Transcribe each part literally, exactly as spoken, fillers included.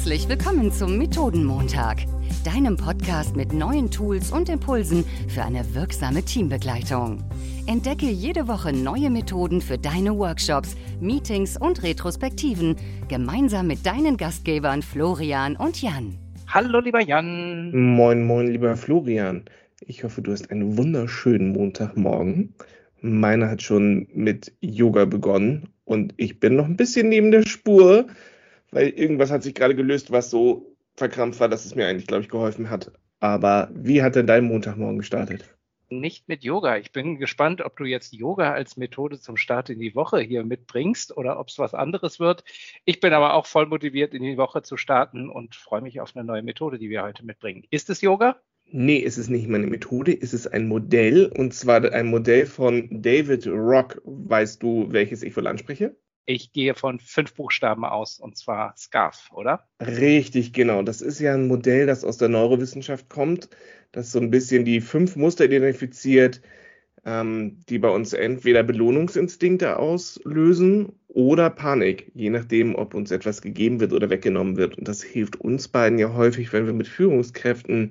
Herzlich willkommen zum Methodenmontag, deinem Podcast mit neuen Tools und Impulsen für eine wirksame Teambegleitung. Entdecke jede Woche neue Methoden für deine Workshops, Meetings und Retrospektiven, gemeinsam mit deinen Gastgebern Florian und Jan. Hallo, lieber Jan. Moin, moin, lieber Florian. Ich hoffe, du hast einen wunderschönen Montagmorgen. Meiner hat schon mit Yoga begonnen und ich bin noch ein bisschen neben der Spur, weil irgendwas hat sich gerade gelöst, was so verkrampft war, dass es mir eigentlich, glaube ich, geholfen hat. Aber wie hat denn dein Montagmorgen gestartet? Nicht mit Yoga. Ich bin gespannt, ob du jetzt Yoga als Methode zum Start in die Woche hier mitbringst oder ob es was anderes wird. Ich bin aber auch voll motiviert, in die Woche zu starten und freue mich auf eine neue Methode, die wir heute mitbringen. Ist es Yoga? Nee, es ist nicht meine Methode, es ist ein Modell, und zwar ein Modell von David Rock. Weißt du, welches ich wohl anspreche? Ich gehe von fünf Buchstaben aus, und zwar SCARF, oder? Richtig, genau. Das ist ja ein Modell, das aus der Neurowissenschaft kommt, das so ein bisschen die fünf Muster identifiziert, ähm, die bei uns entweder Belohnungsinstinkte auslösen oder Panik, je nachdem, ob uns etwas gegeben wird oder weggenommen wird. Und das hilft uns beiden ja häufig, wenn wir mit Führungskräften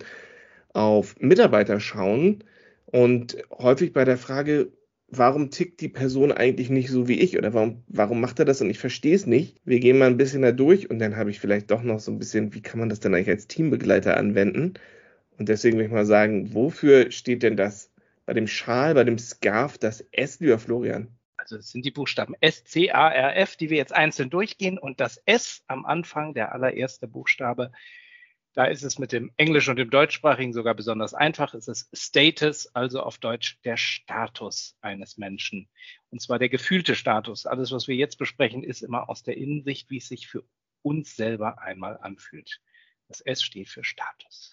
auf Mitarbeiter schauen und häufig bei der Frage, warum tickt die Person eigentlich nicht so wie ich oder warum, warum macht er das und ich verstehe es nicht. Wir gehen mal ein bisschen da durch und dann habe ich vielleicht doch noch so ein bisschen, wie kann man das denn eigentlich als Teambegleiter anwenden? Und deswegen will ich mal sagen, wofür steht denn das bei dem Schal, bei dem Scarf, das S, lieber Florian? Also es sind die Buchstaben S, C, A, R, F, die wir jetzt einzeln durchgehen, und das S am Anfang, der allererste Buchstabe, da ist es mit dem Englisch und dem Deutschsprachigen sogar besonders einfach. Es ist Status, also auf Deutsch der Status eines Menschen. Und zwar der gefühlte Status. Alles, was wir jetzt besprechen, ist immer aus der Innensicht, wie es sich für uns selber einmal anfühlt. Das S steht für Status.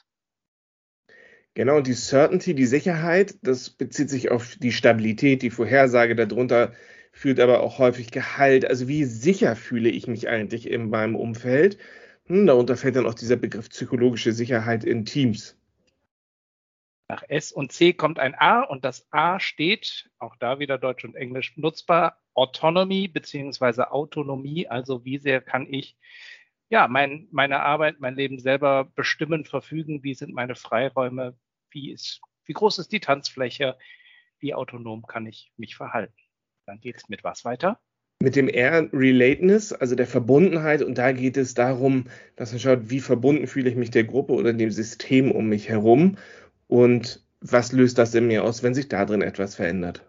Genau, und die Certainty, die Sicherheit, das bezieht sich auf die Stabilität, die Vorhersage. Darunter führt aber auch häufig Gehalt. Also wie sicher fühle ich mich eigentlich in meinem Umfeld? Hm, darunter fällt dann auch dieser Begriff psychologische Sicherheit in Teams. Nach S und C kommt ein A, und das A steht, auch da wieder Deutsch und Englisch nutzbar, Autonomy bzw. Autonomie. Also wie sehr kann ich ja mein, meine Arbeit, mein Leben selber bestimmen, verfügen? Wie sind meine Freiräume? Wie ist, wie groß ist die Tanzfläche? Wie autonom kann ich mich verhalten? Dann geht es mit was weiter? Mit dem R, Relatedness, also der Verbundenheit, und da geht es darum, dass man schaut, wie verbunden fühle ich mich der Gruppe oder dem System um mich herum und was löst das in mir aus, wenn sich da drin etwas verändert.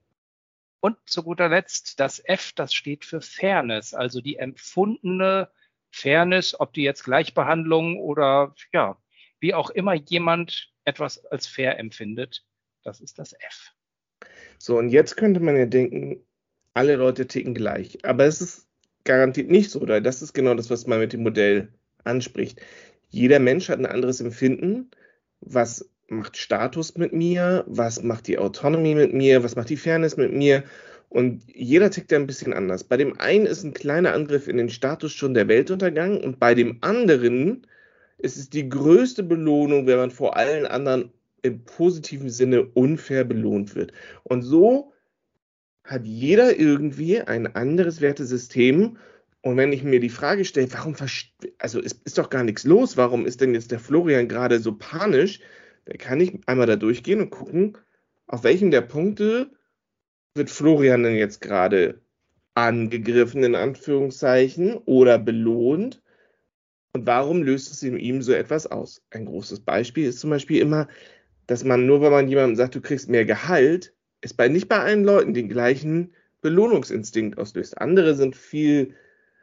Und zu guter Letzt das F, das steht für Fairness, also die empfundene Fairness, ob die jetzt Gleichbehandlung oder ja, wie auch immer jemand etwas als fair empfindet, das ist das F. So, und jetzt könnte man ja denken, alle Leute ticken gleich. Aber es ist garantiert nicht so, oder? Das ist genau das, was man mit dem Modell anspricht. Jeder Mensch hat ein anderes Empfinden. Was macht Status mit mir? Was macht die Autonomie mit mir? Was macht die Fairness mit mir? Und jeder tickt ja ein bisschen anders. Bei dem einen ist ein kleiner Angriff in den Status schon der Weltuntergang, und bei dem anderen ist es die größte Belohnung, wenn man vor allen anderen im positiven Sinne unfair belohnt wird. Und so hat jeder irgendwie ein anderes Wertesystem. Und wenn ich mir die Frage stelle, warum, also es ist doch gar nichts los, warum ist denn jetzt der Florian gerade so panisch, dann kann ich einmal da durchgehen und gucken, auf welchen der Punkte wird Florian denn jetzt gerade angegriffen, in Anführungszeichen, oder belohnt, und warum löst es in ihm so etwas aus? Ein großes Beispiel ist zum Beispiel immer, dass man nur, wenn man jemandem sagt, du kriegst mehr Gehalt, es bei nicht bei allen Leuten den gleichen Belohnungsinstinkt auslöst. Andere sind viel,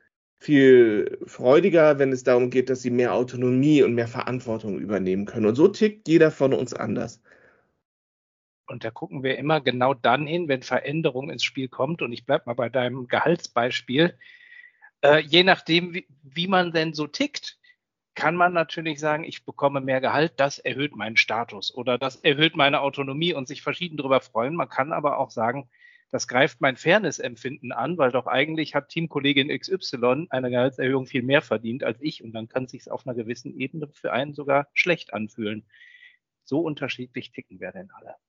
viel freudiger, wenn es darum geht, dass sie mehr Autonomie und mehr Verantwortung übernehmen können. Und so tickt jeder von uns anders. Und da gucken wir immer genau dann hin, wenn Veränderung ins Spiel kommt. Und ich bleibe mal bei deinem Gehaltsbeispiel. Äh, je nachdem, wie, wie man denn so tickt, kann man natürlich sagen, ich bekomme mehr Gehalt, das erhöht meinen Status oder das erhöht meine Autonomie und sich verschieden darüber freuen. Man kann aber auch sagen, das greift mein Fairness-Empfinden an, weil doch eigentlich hat Teamkollegin X Y eine Gehaltserhöhung viel mehr verdient als ich, und dann kann es sich auf einer gewissen Ebene für einen sogar schlecht anfühlen. So unterschiedlich ticken wir denn alle.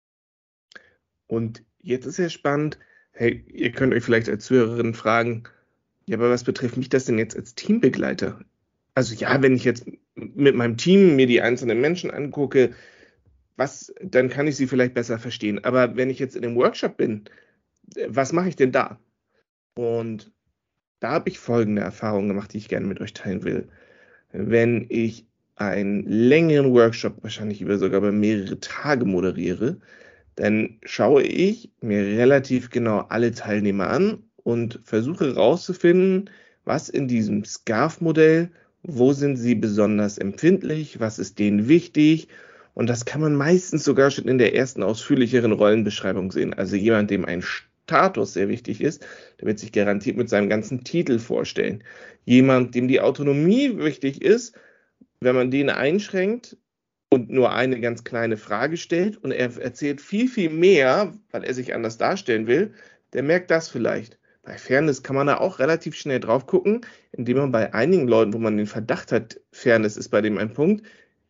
Und jetzt ist ja spannend, hey, ihr könnt euch vielleicht als Zuhörerin fragen, ja, aber was betrifft mich das denn jetzt als Teambegleiter? Also ja, wenn ich jetzt mit meinem Team mir die einzelnen Menschen angucke, was, dann kann ich sie vielleicht besser verstehen. Aber wenn ich jetzt in einem Workshop bin, was mache ich denn da? Und da habe ich folgende Erfahrungen gemacht, die ich gerne mit euch teilen will. Wenn ich einen längeren Workshop, wahrscheinlich über sogar über mehrere Tage moderiere, dann schaue ich mir relativ genau alle Teilnehmer an und versuche herauszufinden, was in diesem SCARF-Modell, wo sind sie besonders empfindlich, was ist denen wichtig. Und das kann man meistens sogar schon in der ersten ausführlicheren Rollenbeschreibung sehen. Also jemand, dem ein Status sehr wichtig ist, der wird sich garantiert mit seinem ganzen Titel vorstellen. Jemand, dem die Autonomie wichtig ist, wenn man den einschränkt und nur eine ganz kleine Frage stellt und er erzählt viel, viel mehr, weil er sich anders darstellen will, der merkt das vielleicht. Bei Fairness kann man da auch relativ schnell drauf gucken, indem man bei einigen Leuten, wo man den Verdacht hat, Fairness ist bei dem ein Punkt,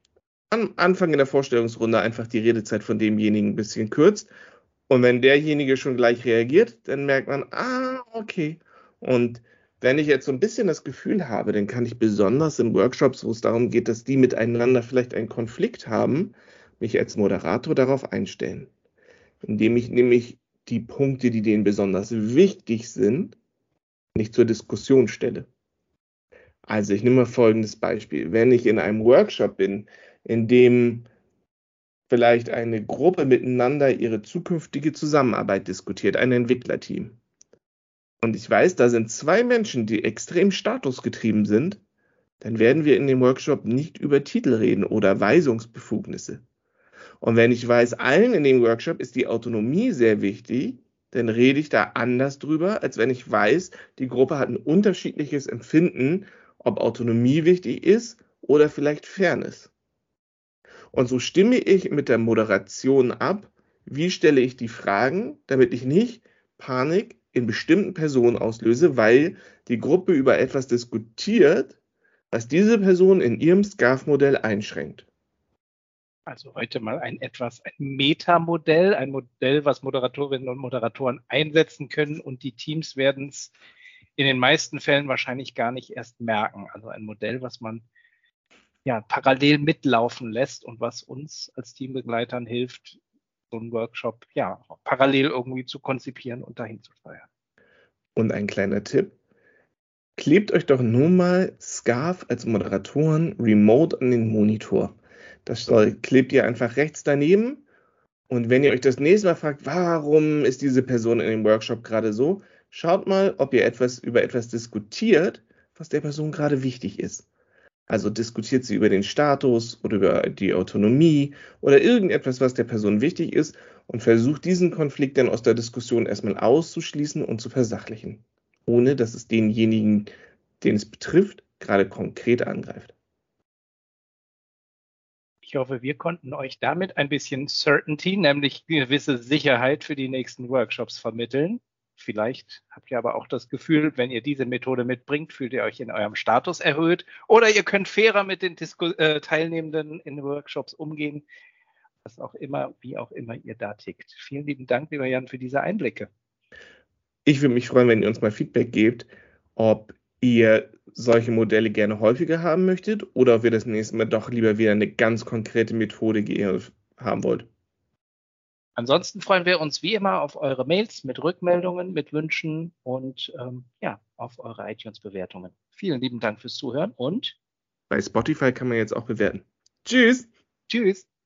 am Anfang in der Vorstellungsrunde einfach die Redezeit von demjenigen ein bisschen kürzt. Und wenn derjenige schon gleich reagiert, dann merkt man, ah, okay. Und wenn ich jetzt so ein bisschen das Gefühl habe, dann kann ich besonders in Workshops, wo es darum geht, dass die miteinander vielleicht einen Konflikt haben, mich als Moderator darauf einstellen. Indem ich nämlich die Punkte, die denen besonders wichtig sind, nicht zur Diskussion stelle. Also ich nehme mal folgendes Beispiel. Wenn ich in einem Workshop bin, in dem vielleicht eine Gruppe miteinander ihre zukünftige Zusammenarbeit diskutiert, ein Entwicklerteam. Und ich weiß, da sind zwei Menschen, die extrem statusgetrieben sind, dann werden wir in dem Workshop nicht über Titel reden oder Weisungsbefugnisse. Und wenn ich weiß, allen in dem Workshop ist die Autonomie sehr wichtig, dann rede ich da anders drüber, als wenn ich weiß, die Gruppe hat ein unterschiedliches Empfinden, ob Autonomie wichtig ist oder vielleicht Fairness. Und so stimme ich mit der Moderation ab, wie stelle ich die Fragen, damit ich nicht Panik in bestimmten Personen auslöse, weil die Gruppe über etwas diskutiert, was diese Person in ihrem SCARF-Modell einschränkt. Also heute mal ein etwas ein Metamodell, ein Modell, was Moderatorinnen und Moderatoren einsetzen können und die Teams werden es in den meisten Fällen wahrscheinlich gar nicht erst merken. Also ein Modell, was man ja parallel mitlaufen lässt und was uns als Teambegleitern hilft, so einen Workshop ja parallel irgendwie zu konzipieren und dahin zu steuern. Und ein kleiner Tipp: Klebt euch doch nur mal SCARF als Moderatoren remote an den Monitor. Das soll, klebt ihr einfach rechts daneben. Und wenn ihr euch das nächste Mal fragt, warum ist diese Person in dem Workshop gerade so, schaut mal, ob ihr etwas über etwas diskutiert, was der Person gerade wichtig ist. Also diskutiert sie über den Status oder über die Autonomie oder irgendetwas, was der Person wichtig ist und versucht diesen Konflikt dann aus der Diskussion erstmal auszuschließen und zu versachlichen, ohne dass es denjenigen, den es betrifft, gerade konkret angreift. Ich hoffe, wir konnten euch damit ein bisschen Certainty, nämlich gewisse Sicherheit für die nächsten Workshops vermitteln. Vielleicht habt ihr aber auch das Gefühl, wenn ihr diese Methode mitbringt, fühlt ihr euch in eurem Status erhöht oder ihr könnt fairer mit den Disku- äh, Teilnehmenden in Workshops umgehen, was auch immer, wie auch immer ihr da tickt. Vielen lieben Dank, lieber Jan, für diese Einblicke. Ich würde mich freuen, wenn ihr uns mal Feedback gebt, ob ihr solche Modelle gerne häufiger haben möchtet oder ob ihr das nächste Mal doch lieber wieder eine ganz konkrete Methode haben wollt. Ansonsten freuen wir uns wie immer auf eure Mails mit Rückmeldungen, mit Wünschen und ähm, ja, auf eure iTunes-Bewertungen. Vielen lieben Dank fürs Zuhören und bei Spotify kann man jetzt auch bewerten. Tschüss! Tschüss!